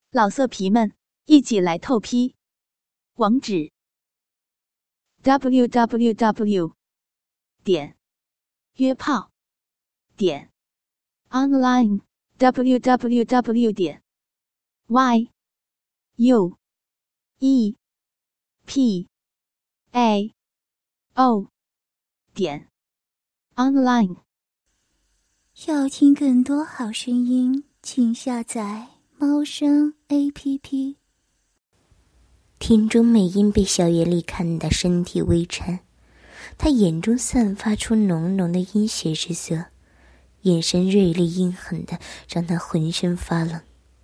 老色皮们，一起来透批！网址 www.约炮online www.yuepao.online。 要听更多好声音，请下载猫声 APP。 田中美音被小袁丽看得身体微颤，她眼中散发出浓浓的阴血之色，眼神锐利阴狠的让她浑身发冷。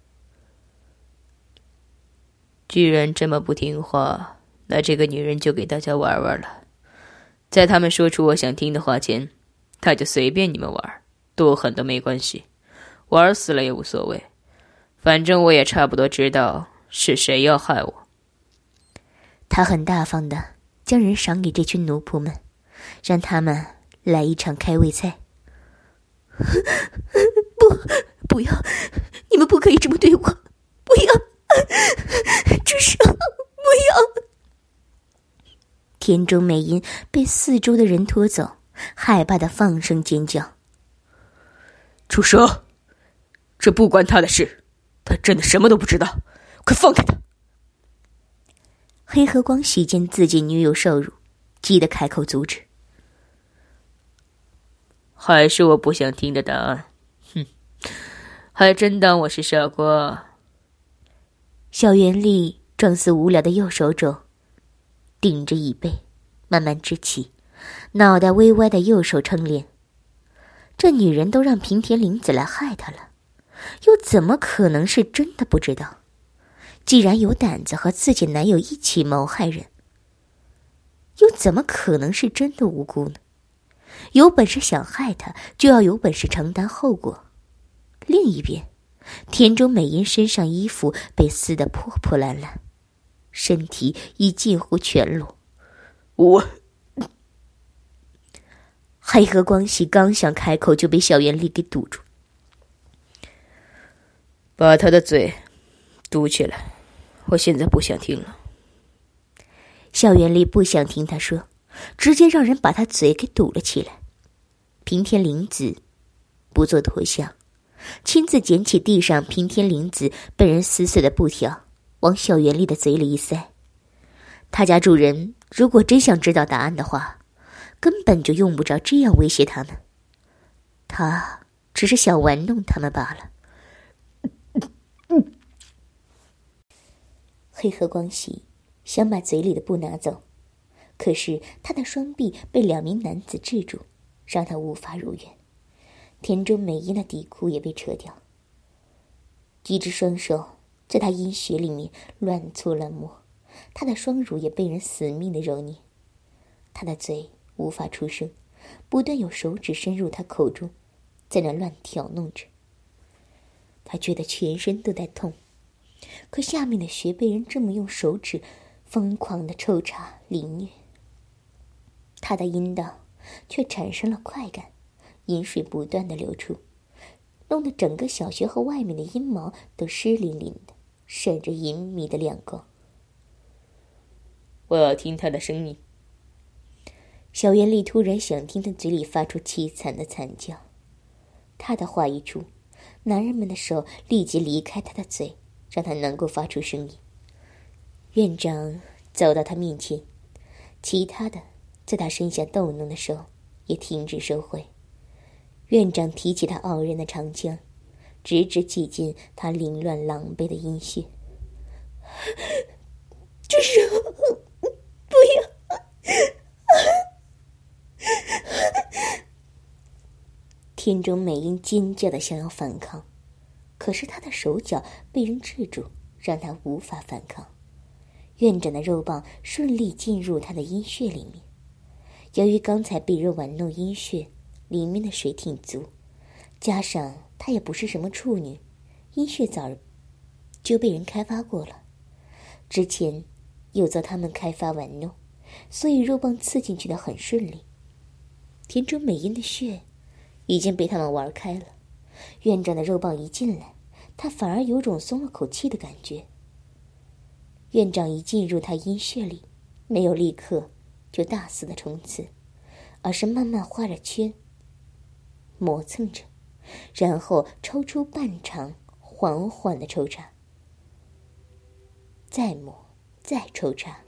既然这么不听话，那这个女人就给大家玩玩了。在他们说出我想听的话前，她就随便你们玩，多狠都没关系，玩死了也无所谓，反正我也差不多知道是谁要害我。 他很大方的将人赏给这群奴仆们，让他们来一场开胃菜。不要，你们不可以这么对我，不要，至少不要。田中美音被四周的人拖走，害怕的放声尖叫。 住手！这不关他的事，他真的什么都不知道，快放开他！ 黑和光喜见自己女友受辱，急得开口阻止。 还是我不想听的答案，哼，还真当我是傻瓜。 小袁丽状似无聊的右手肘顶着椅背，慢慢支起，脑袋微歪的右手撑脸。这女人都让平田玲子来害她了，又怎么可能是真的不知道？既然有胆子和自己男友一起谋害人，又怎么可能是真的无辜呢？有本事想害她，就要有本事承担后果。另一边，田中美音身上衣服被撕得破破烂烂，身体已近乎全裸。黑和光喜刚想开口，就被小袁丽给堵住。 把他的嘴堵起来，我现在不想听了。 小袁丽不想听他说，直接让人把他嘴给堵了起来。平田玲子不做脱相，亲自捡起地上平田玲子被人撕碎的布条，往小袁丽的嘴里一塞。他家主人如果真想知道答案的话，根本就用不着这样威胁他们，他只是想玩弄他们罢了。黑和光喜想把嘴里的布拿走，可是他的双臂被两名男子制住，让他无法如愿。田中美音的底裤也被扯掉，几只双手在他阴血里面乱搓乱摸，他的双乳也被人死命的揉捏，他的嘴无法出声，不断有手指伸入他口中，在那乱挑弄着。他觉得全身都在痛，可下面的穴被人这么用手指疯狂的抽插凌虐，他的阴道却产生了快感，阴水不断的流出，弄得整个小穴和外面的阴毛都湿淋淋的，闪着隐秘的亮光。 我要听他的声音。 小袁丽突然想听他嘴里发出凄惨的惨叫，他的话一出，男人们的手立即离开他的嘴，让他能够发出声音。院长走到他面前，其他的在他身下逗弄的手也停止收回。院长提起他傲人的长枪，直直挤进他凌乱狼狈的阴穴。这是不要！田中美音尖叫的想要反抗，可是他的手脚被人制住，让他无法反抗。院长的肉棒顺利进入他的阴穴里面，由于刚才被人玩弄阴穴，里面的水挺足，加上他也不是什么处女，阴穴早就被人开发过了，之前有遭他们开发玩弄，所以肉棒刺进去的很顺利。田中美音的穴已经被他们玩开了，院长的肉棒一进来， 他反而有种松了口气的感觉。院长一进入他阴穴里，没有立刻就大肆的冲刺，而是慢慢画着圈，磨蹭着，然后抽出半长，缓缓的抽插，再磨，再抽插。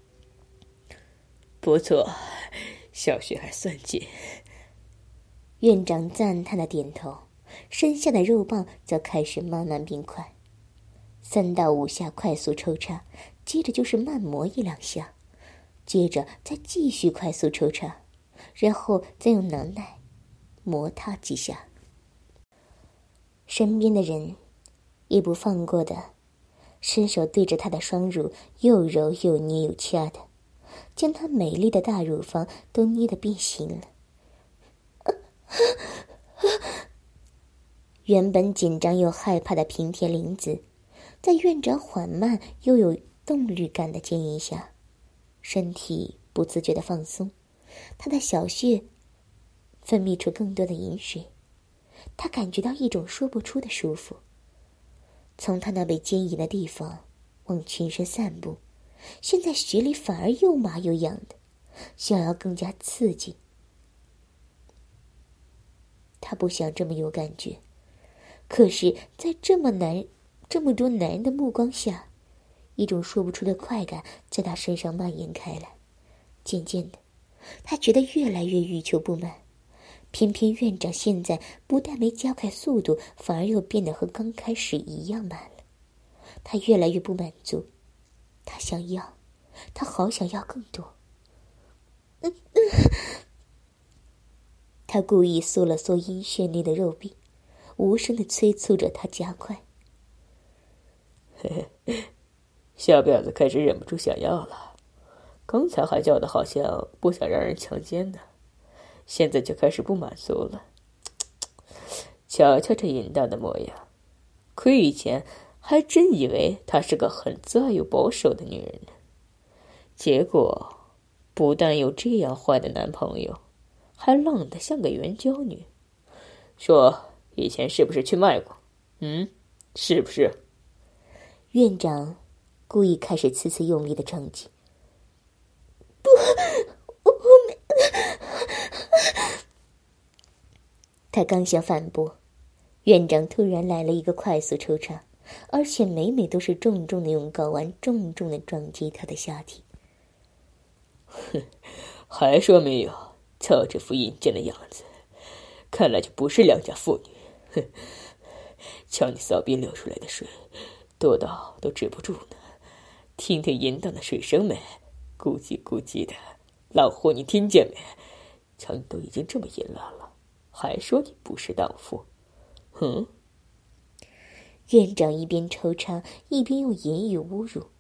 不错，小穴还算紧。 院长赞叹的点头，身下的肉棒则开始慢慢变快，3到5下快速抽插，接着就是慢磨1、2下，接着再继续快速抽插，然后再用囊奶磨他几下。身边的人也不放过的伸手对着他的双乳又揉又捏又掐的，将她美丽的大乳房都捏得变形了。原本紧张又害怕的平田绫子，在院长缓慢又有动力感的牵引下，身体不自觉的放松，她的小穴分泌出更多的饮水，她感觉到一种说不出的舒服，从她那被坚硬的地方往全身散布，现在穴里反而又麻又痒的，想要更加刺激。他不想这么有感觉，可是在这么多男人的目光下，一种说不出的快感在他身上蔓延开来。渐渐的，他觉得越来越欲求不满，偏偏院长现在不但没加快速度，反而又变得和刚开始一样慢了。他越来越不满足，他想要，他好想要更多。他故意缩了缩阴穴内的肉壁，无声地催促着他加快。 小婊子开始忍不住想要了，刚才还叫的好像不想让人强奸呢，现在就开始不满足了。瞧瞧这淫荡的模样，亏以前还真以为她是个很自爱又保守的女人呢，结果不但有这样坏的男朋友，还浪得像个援交女。说以前是不是去卖过？是不是？ 院长故意开始次用力的撞击。不，我没。他刚想反驳，院长突然来了一个快速抽插，而且每每都是重重的用睾丸重重的撞击他的下体。 还说没有？瞧这副淫贱的样子，看来就不是良家妇女。瞧你骚逼流出来的水，多到都止不住呢。听听淫荡的水声没？咕叽咕叽的。老货，你听见没？瞧你都已经这么淫乱了，还说你不是荡妇。 院长一边抽插，一边用言语侮辱。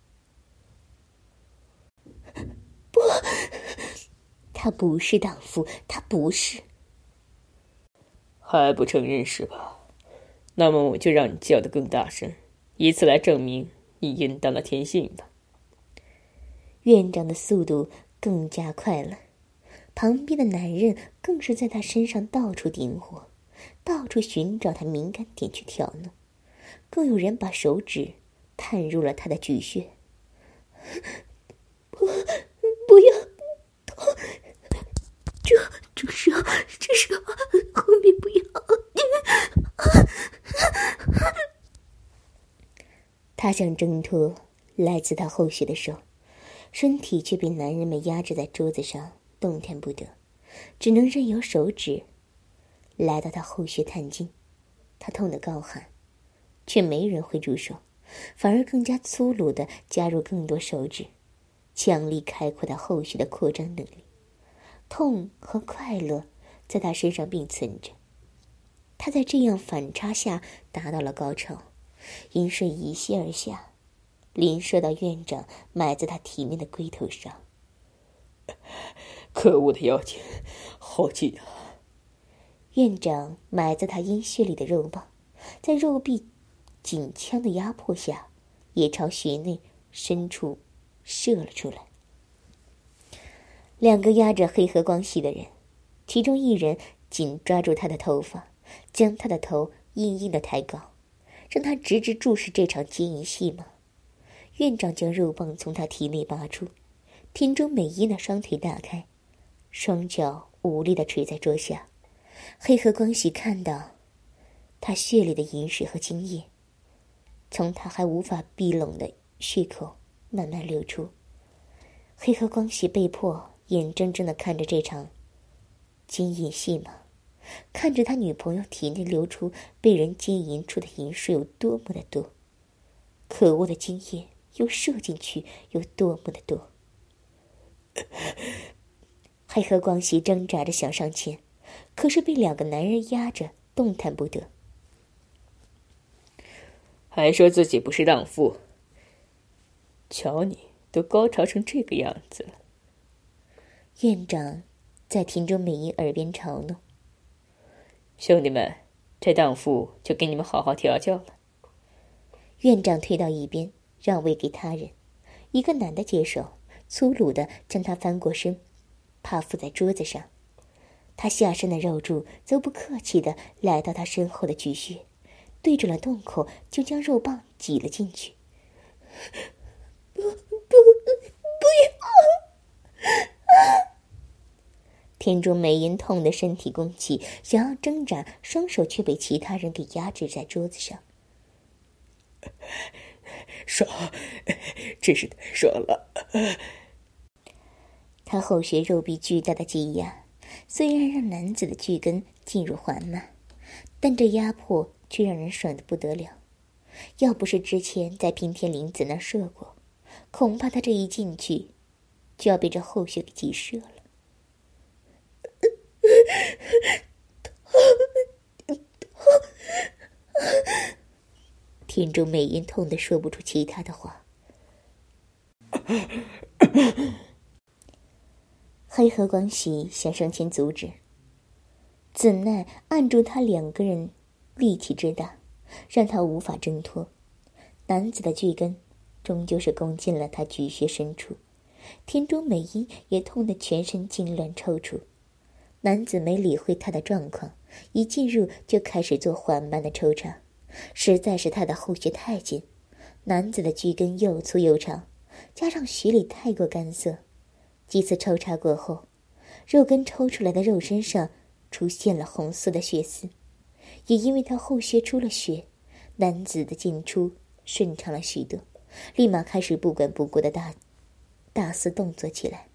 不，他不是荡妇，他不是。 还不承认是吧？那么我就让你叫得更大声，以此来证明你淫荡的天性吧。 院长的速度更加快了，旁边的男人更是在他身上到处点火，到处寻找他敏感点去挑弄，更有人把手指探入了他的巨穴。不要痛，这是后面不要。他想挣脱来自他后穴的手，身体却被男人们压制在桌子上，动弹不得，只能任由手指来到他后穴探进。他痛得高喊，却没人会住手，反而更加粗鲁地加入更多手指，强力开阔他后穴的扩张能力。痛和快乐在他身上并存着，他在这样反差下达到了高潮，阴水一泻而下，淋射到院长埋在他体内的龟头上。 可恶的妖精，好紧啊！ 院长埋在他阴穴里的肉棒，在肉壁紧枪的压迫下，也朝穴内深处射了出来。两个压着黑河光系的人，其中一人紧抓住他的头发，将他的头硬硬的抬高， 让他直直注视这场奸淫戏码。院长将肉棒从他体内拔出，田中美一那双腿大开，双脚无力地垂在桌下。黑河光喜看到他血里的饮水和精液，从他还无法闭拢的血口慢慢流出。黑河光喜被迫眼睁睁地看着这场奸淫戏码，看着他女朋友体内流出被人奸淫出的饮水有多么的多，可恶的精液又射进去有多么的多。黑河光喜挣扎着想上前，可是被两个男人压着，动弹不得。 还说自己不是荡妇，瞧你都高潮成这个样子了。 院长在田中美音耳边嘲弄：“ 兄弟们，这荡妇就给你们好好调教了。” 院长退到一边，让位给他人。一个男的接手，粗鲁地将他翻过身，趴伏在桌子上。他下身的肉柱则不客气地来到他身后的巨穴，对准了洞口，就将肉棒挤了进去。不要！田中美音痛得身体弓起，想要挣扎，双手却被其他人给压制在桌子上。 爽，真是太爽了。 他后穴肉壁巨大的挤压，虽然让男子的巨根进入缓慢，但这压迫却让人爽得不得了。要不是之前在平田绫子那射过，恐怕他这一进去就要被这后穴给挤射了。田中美音痛得说不出其他的话。黑河光喜想上前阻止，怎奈按住他两个人力气之大，让他无法挣脱。男子的巨根终究是攻进了他巨穴深处，田中美音也痛得全身痉挛抽搐。男子没理会他的状况，一进入就开始做缓慢的抽插，实在是他的后穴太紧，男子的巨根又粗又长，加上血里太过干涩，几次抽插过后，肉根抽出来的肉身上出现了红色的血丝，也因为他后穴出了血，男子的进出顺畅了许多，立马开始不管不顾的大肆动作起来。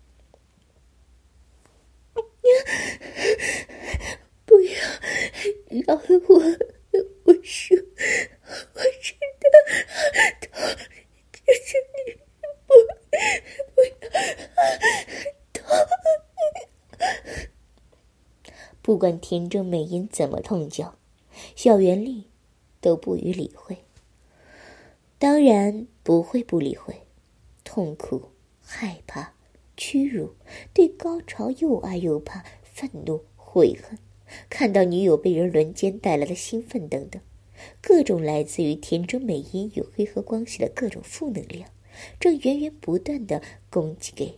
不要饶了我，我说我真的痛，求求你不要痛。不管田中美音怎么痛叫，小袁丽都不予理会。当然不会不理会，痛苦、害怕、屈辱，对高潮又爱又怕，愤怒、悔恨，看到女友被人轮奸带来的兴奋等等，各种来自于田中美音与黑河光喜的各种负能量，正源源不断地攻击给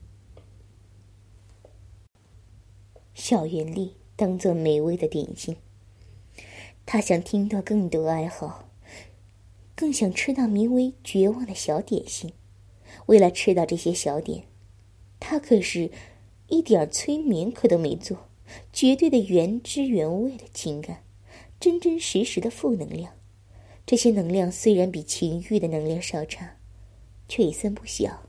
小袁丽当做美味的点心。她想听到更多哀嚎，更想吃到名为绝望的小点心。为了吃到这些小点，她可是一点催眠可都没做，绝对的原汁原味的情感，真真实实的负能量。这些能量虽然比情欲的能量稍差，却也算不小。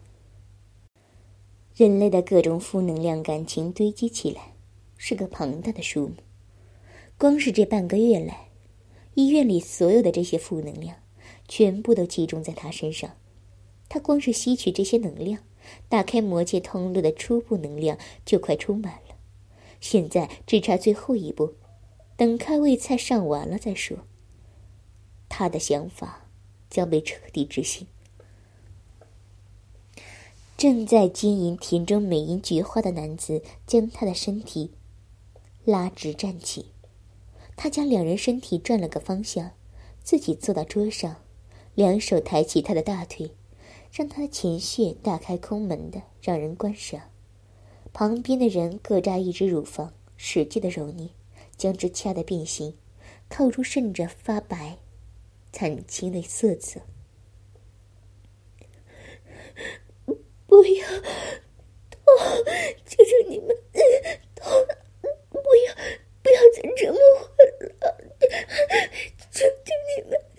人类的各种负能量感情堆积起来，是个庞大的数目。光是这半个月来，医院里所有的这些负能量全部都集中在他身上。他光是吸取这些能量，打开魔界通路的初步能量就快充满了，现在只差最后一步，等开胃菜上完了再说。他的想法将被彻底执行。正在经营田中美音菊花的男子将他的身体拉直站起，他将两人身体转了个方向，自己坐到桌上，两手抬起他的大腿，让他的前穴大开空门的让人观赏。旁边的人各扎一只乳房，使劲的揉捏，将之掐得变形，透出渗着发白惨青的色泽。不要，求求你们，不要再折磨我了，求求你们！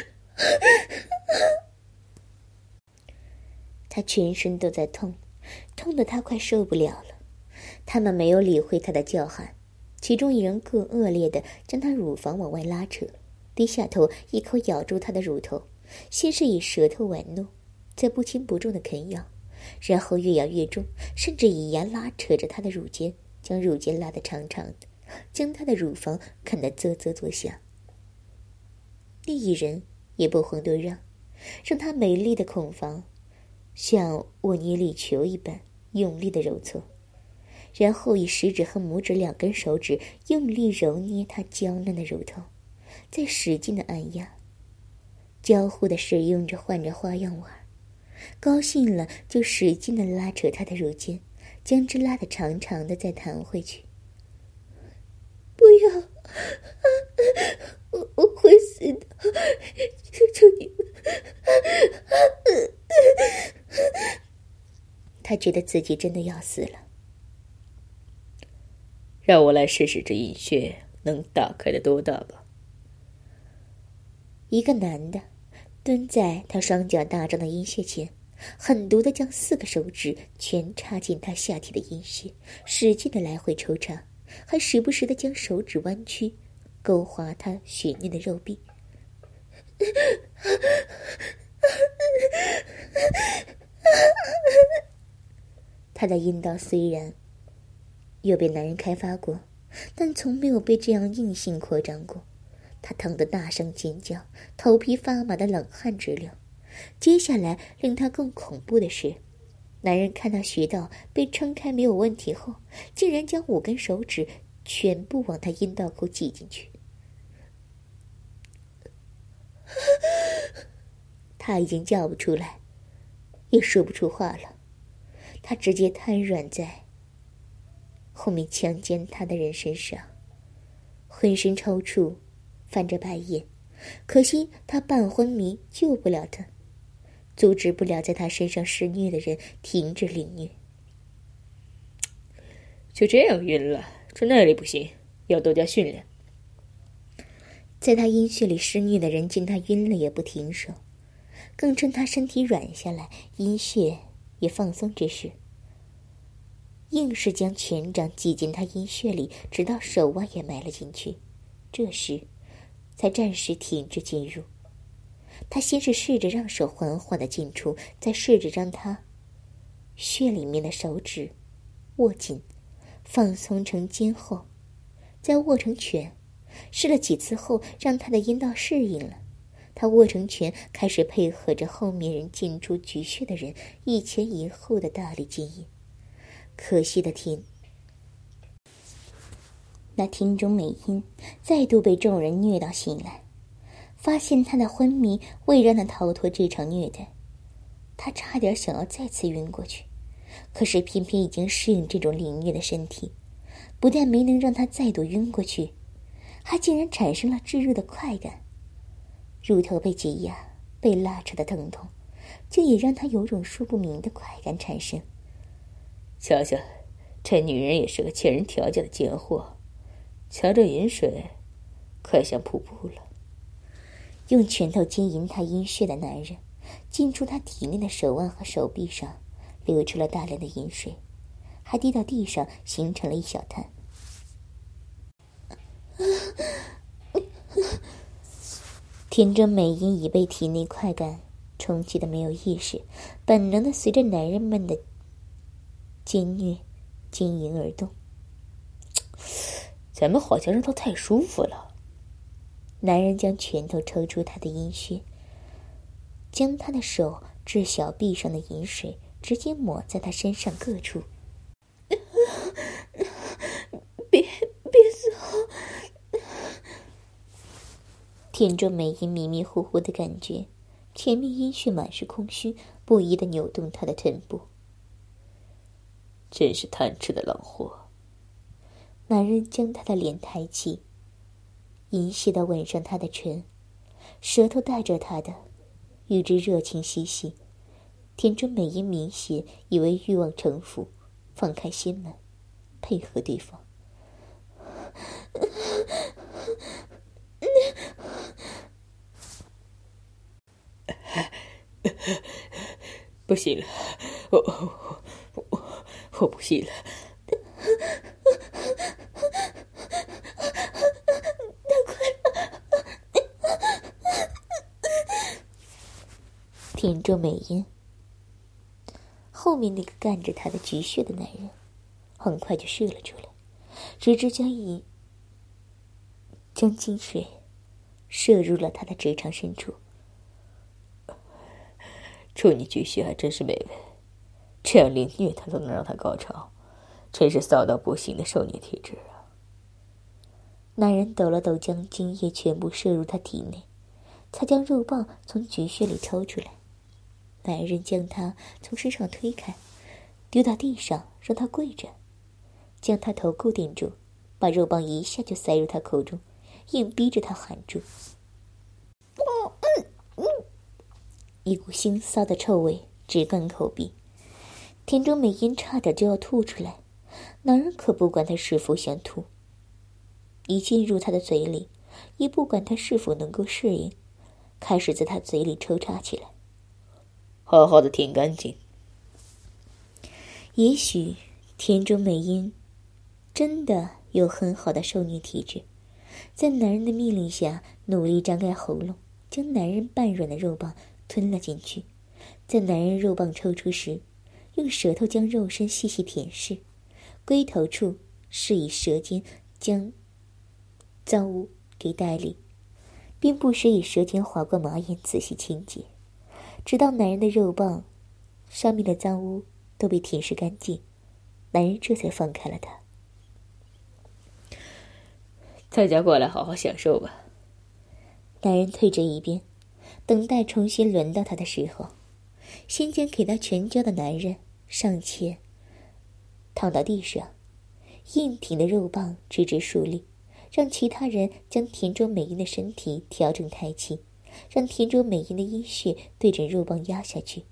他全身都在痛，痛得他快受不了了。他们没有理会他的叫喊，其中一人更恶劣的将他乳房往外拉扯，低下头一口咬住他的乳头，先是以舌头玩弄，再不轻不重的啃咬，然后越咬越重，甚至以牙拉扯着他的乳尖，将乳尖拉得长长的，将他的乳房啃得啧啧作响。另一人也不遑多让，让他美丽的孔房像握捏力球一般用力的揉搓，然后以食指和拇指2根手指用力揉捏他娇嫩的乳头，再使劲的按压，交互的使用着换着花样玩，高兴了就使劲的拉扯他的乳尖，将之拉得长长的再弹回去。不要，我会死的，求求你们！他觉得自己真的要死了。 让我来试试这阴穴能打开的多大吧。 一个男的蹲在他双脚大张的阴穴前，狠毒地将4个手指全插进他下体的阴穴，使劲地来回抽插，还时不时地将手指弯曲，勾划他雪嫩的肉壁。他的阴道虽然有被男人开发过，但从没有被这样硬性扩张过。他疼得大声尖叫，头皮发麻的冷汗直流。接下来令他更恐怖的是，男人看到穴道被撑开没有问题后，竟然将5根手指全部往他阴道口挤进去。他已经叫不出来，也说不出话了。他直接瘫软在后面强奸他的人身上，浑身抽搐，翻着白眼。可惜他半昏迷，救不了他，阻止不了在他身上施虐的人停止凌虐。 就这样晕了，这耐力不行，要多加训练。 在他阴穴里施虐的人见他晕了也不停手，更趁他身体软下来，阴穴也放松之时，硬是将拳掌挤进他阴穴里，直到手腕也埋了进去，这时才暂时停止进入。他先是试着让手缓缓地进出，再试着让他穴里面的手指握紧，放松成尖后，再握成拳。试了几次后，让他的阴道适应了，他握成拳，开始配合着后面人进出局穴的人一前一后的大力进引。可惜的天，那厅中美音再度被众人虐到醒来，发现他的昏迷未让他逃脱这场虐待，他差点想要再次晕过去，可是偏偏已经适应这种凌虐的身体，不但没能让他再度晕过去，还竟然产生了炙热的快感。乳头被挤压、被拉扯的疼痛，这也让他有种说不明的快感产生。 瞧瞧，这女人也是个欠人调教的贱货，瞧这饮水，快像瀑布了。 用拳头经营他阴穴的男人，进出他体内的手腕和手臂上流出了大量的饮水，还滴到地上，形成了一小滩。田中美音已被体内快感冲击的没有意识，本能的随着男人们的奸虐经营而动。 咱们好像让他太舒服了。 男人将拳头抽出他的阴穴，将他的手至小臂上的饮水直接抹在他身上各处。别走！田中美音迷迷糊糊的感觉，前面阴穴满是空虚，不依地扭动他的臀部。 真是贪吃的浪货。 男人将他的脸抬起，淫亵地吻上他的唇， 舌头带着他的，与之热情嬉戏。田中美音明显以为欲望城府，放开心门，配合对方。 不行了，我不行了。 田中美音后面那个干着他的菊穴的男人很快就射了出来，直直将精水射入了他的直肠深处。 处女菊穴还真是美味，这样凌虐他都能让他高潮，真是骚到不行的受虐体质啊！ 男人抖了抖，将精液全部射入他体内，才将肉棒从菊穴里抽出来。男人将他从身上推开，丢到地上，让他跪着，将他头固定住，把肉棒一下就塞入他口中，硬逼着他含住。一股腥臊的臭味直灌口鼻，田中美音差点就要吐出来，男人可不管他是否想吐，一进入他的嘴里，也不管他是否能够适应，开始在他嘴里抽插起来， 好好的舔干净。 也许田中美音真的有很好的受虐体质，在男人的命令下，努力张开喉咙，将男人半软的肉棒吞了进去。在男人肉棒抽出时，用舌头将肉身细细舔舐，龟头处是以舌尖将脏污给带离，并不时以舌尖划过马眼仔细清洁，直到男人的肉棒上面的脏污都被舔舐干净，男人这才放开了他。 大家过来好好享受吧。 男人退着一边，等待重新轮到他的时候，先前给他拳交的男人上前躺到地上，硬挺的肉棒直直竖立，让其他人将田中美音的身体调整抬起，让田中美音的阴穴对准肉棒压下去。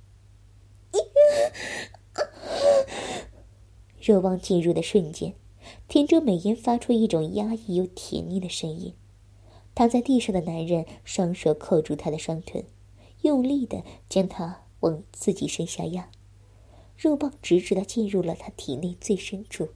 肉棒进入的瞬间，田中美音发出一种压抑又甜腻的声音。躺在地上的男人双手扣住她的双臀，用力地将她往自己身下压，肉棒直直地进入了她体内最深处。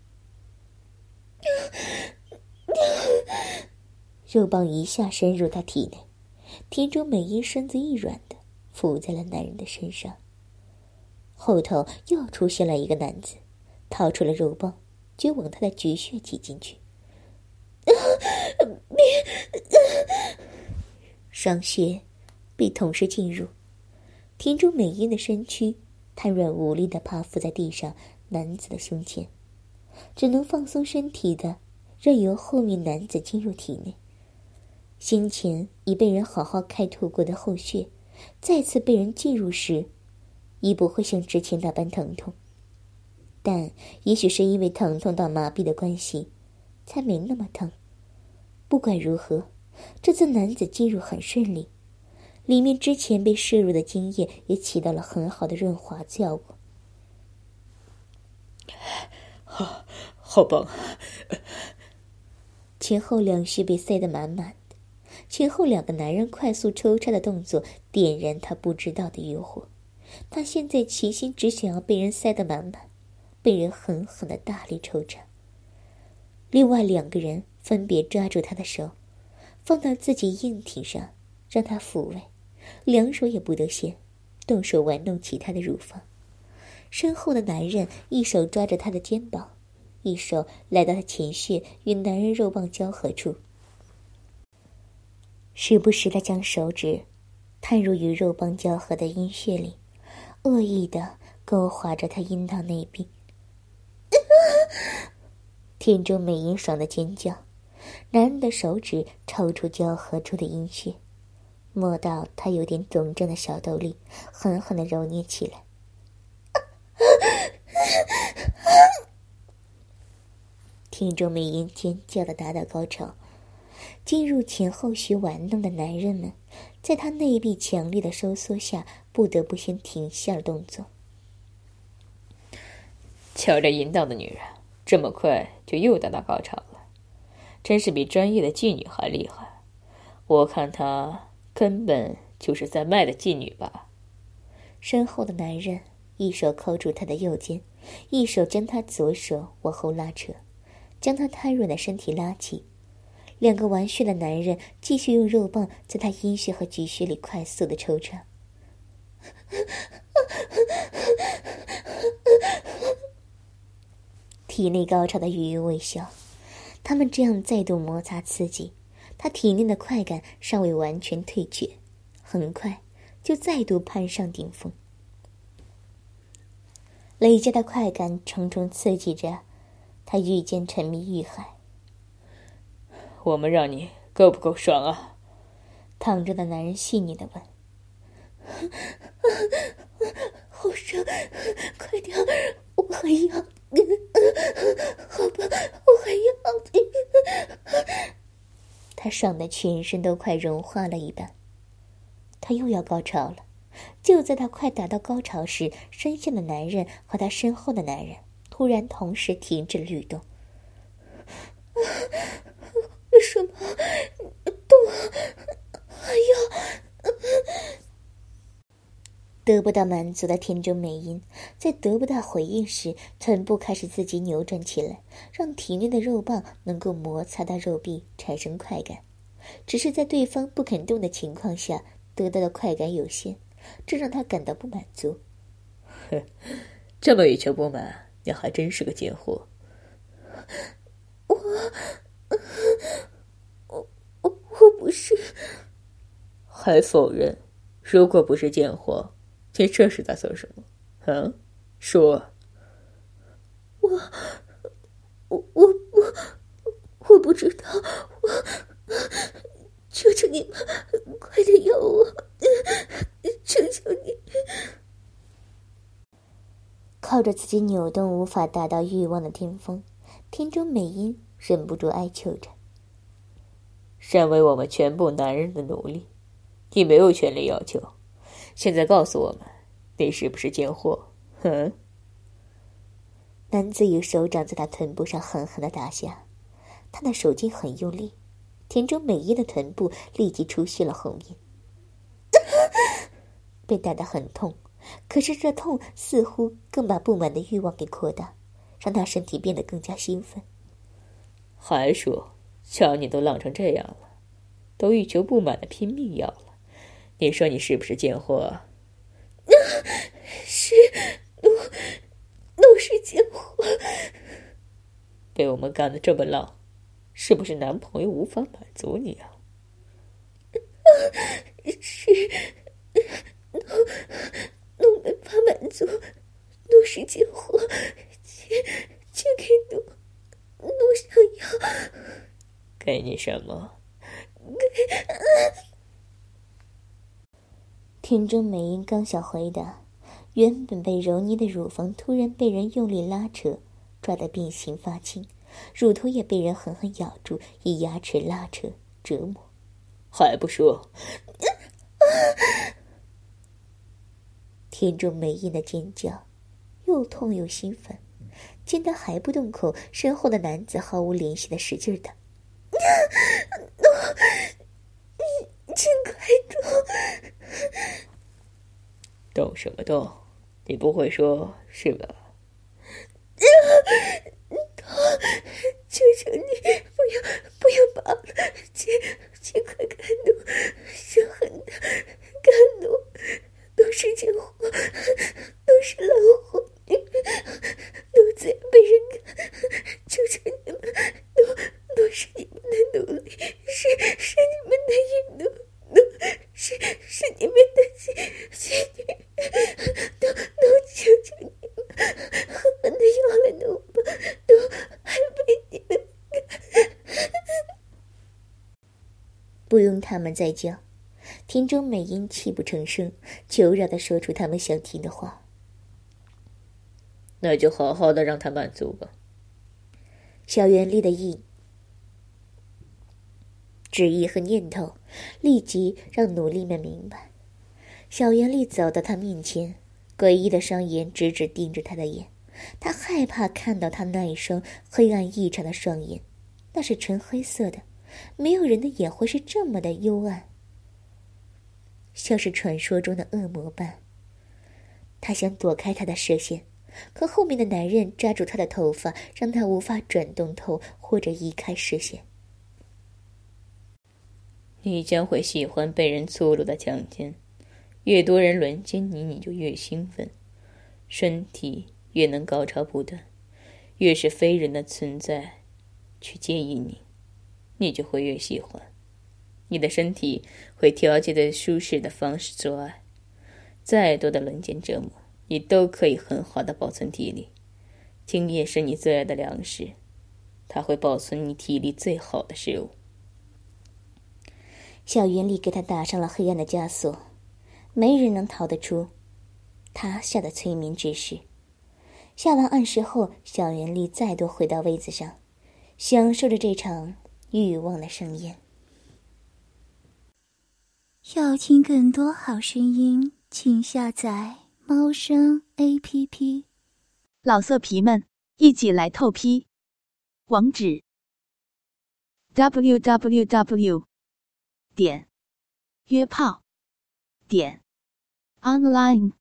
肉棒一下深入她体内，田中美音身子一软的伏在了男人的身上。后头又出现了一个男子，掏出了肉棒，就往她的菊穴挤进去。双穴被同时进入，田中美音的身躯瘫软无力地趴伏在地上男子的胸前，只能放松身体的任由后面男子进入体内。先前已被人好好开拓过的后穴，再次被人进入时，已不会像之前那般疼痛，但也许是因为疼痛到麻痹的关系，才没那么疼。不管如何，这次男子进入很顺利，里面之前被摄入的精液也起到了很好的润滑效果。 好棒！ 前后两穴被塞得满满的，前后两个男人快速抽插的动作点燃他不知道的诱惑。他现在齐心只想要被人塞得满满，被人狠狠地大力抽插。另外两个人分别抓住他的手，放到自己硬体上，让他抚慰，两手也不得闲，动手玩弄起他的乳房。身后的男人一手抓着他的肩膀，一手来到他前穴与男人肉棒交合处，时不时地将手指探入与肉棒交合的阴穴里，恶意地勾划着他阴道内壁。田中美音爽的尖叫，男人的手指抽出交合处的阴穴，摸到他有点肿胀的小兜里，狠狠地揉捏起来。田中美音尖叫的达到高潮， 进入前后学玩弄的男人们，在他内壁强烈的收缩下，不得不先停下了动作。 瞧这淫荡的女人，这么快就又达到高潮了，真是比专业的妓女还厉害。我看她根本就是在卖的妓女吧。 身后的男人一手扣住她的右肩，一手将她左手往后拉扯，将她瘫软的身体拉起。两个玩血的男人继续用肉棒在她阴穴和菊穴里快速的抽插。体内高潮的余韵未消，他们这样再度摩擦刺激，他体内的快感尚未完全退却，很快就再度攀上顶峰。累加的快感重重刺激着他，愈渐沉迷欲海。 我们让你够不够爽啊？ 躺着的男人细腻地问。好爽，快点，我还要，好吧，我还要。他爽得全身都快融化了一般。他又要高潮了。就在他快达到高潮时，身下的男人和他身后的男人突然同时停止了律动。什么动？还要？得不到满足的田中美音，在得不到回应时，臀部开始自己扭转起来，让体内的肉棒能够摩擦到肉壁，产生快感。只是在对方不肯动的情况下，得到的快感有限，这让他感到不满足。 这么欲求不满，你还真是个贱货。 我不是。 还否认？如果不是贱货，你这是在做什么？嗯，说。 我不知道，求求你们，快点要我，求求你。靠着自己扭动无法达到欲望的巅峰，田中美音忍不住哀求着。 身为我们全部男人的奴隶，你没有权利要求。现在告诉我们，你是不是贱货？嗯？ 男子用手掌在他臀部上狠狠地打下，他的手劲很用力，田中美音的臀部立即出现了红印。被打得很痛，可是这痛似乎更把不满的欲望给扩大，让他身体变得更加兴奋。 还说，瞧你都浪成这样了，都欲求不满的拼命要了，你说你是不是贱货？ 是，都是贱货。 被我们干得这么浪，是不是男朋友无法满足你啊？ 是，都没法满足，都是贱货，钱给都想要。 给你什么？ 田中美音刚想回答，原本被揉捏的乳房突然被人用力拉扯，抓得变形发青，乳头也被人狠狠咬住，以牙齿拉扯折磨。 还不说？ 田中美音的尖叫，又痛又兴奋。见他还不动口，身后的男子毫无怜惜的使劲打。请快动！ 动什么动？你不会说是吧？ 求求你，不要拔了，请快干怒，凶狠的干怒，都是贱货，都是烂货，奴才被人干，求求你们，都是你们的奴隶，是你们的淫奴，是你们的妓女，都求求你们，狠狠的要了奴吧，都还被你们干。不用他们再叫，田中美音泣不成声，求饶地说出他们想听的话。 那就好好的让他满足吧。 小袁立的意旨意和念头立即让奴隶们明白。小袁丽走到他面前，诡异的双眼直直盯着他的眼。他害怕看到他那一双黑暗异常的双眼，那是纯黑色的，没有人的眼会是这么的幽暗，像是传说中的恶魔般。他想躲开他的视线，可后面的男人抓住他的头发，让他无法转动头或者移开视线。 你将会喜欢被人粗鲁的强奸，越多人轮奸你，你就越兴奋，身体越能高潮不断，越是非人的存在去介意你，你就会越喜欢。你的身体会调节在舒适的方式做爱，再多的轮奸折磨，你都可以很好的保存体力。精液是你最爱的粮食，它会保存你体力最好的食物。 小袁丽给他打上了黑暗的枷锁，没人能逃得出他下的催眠指示。下完暗示后，小袁丽再度回到位子上，享受着这场欲望的盛宴。 要听更多好声音，请下载猫声 APP。老色皮们，一起来透批！网址 www.约炮.online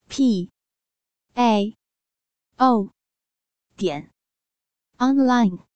www.yuepao.online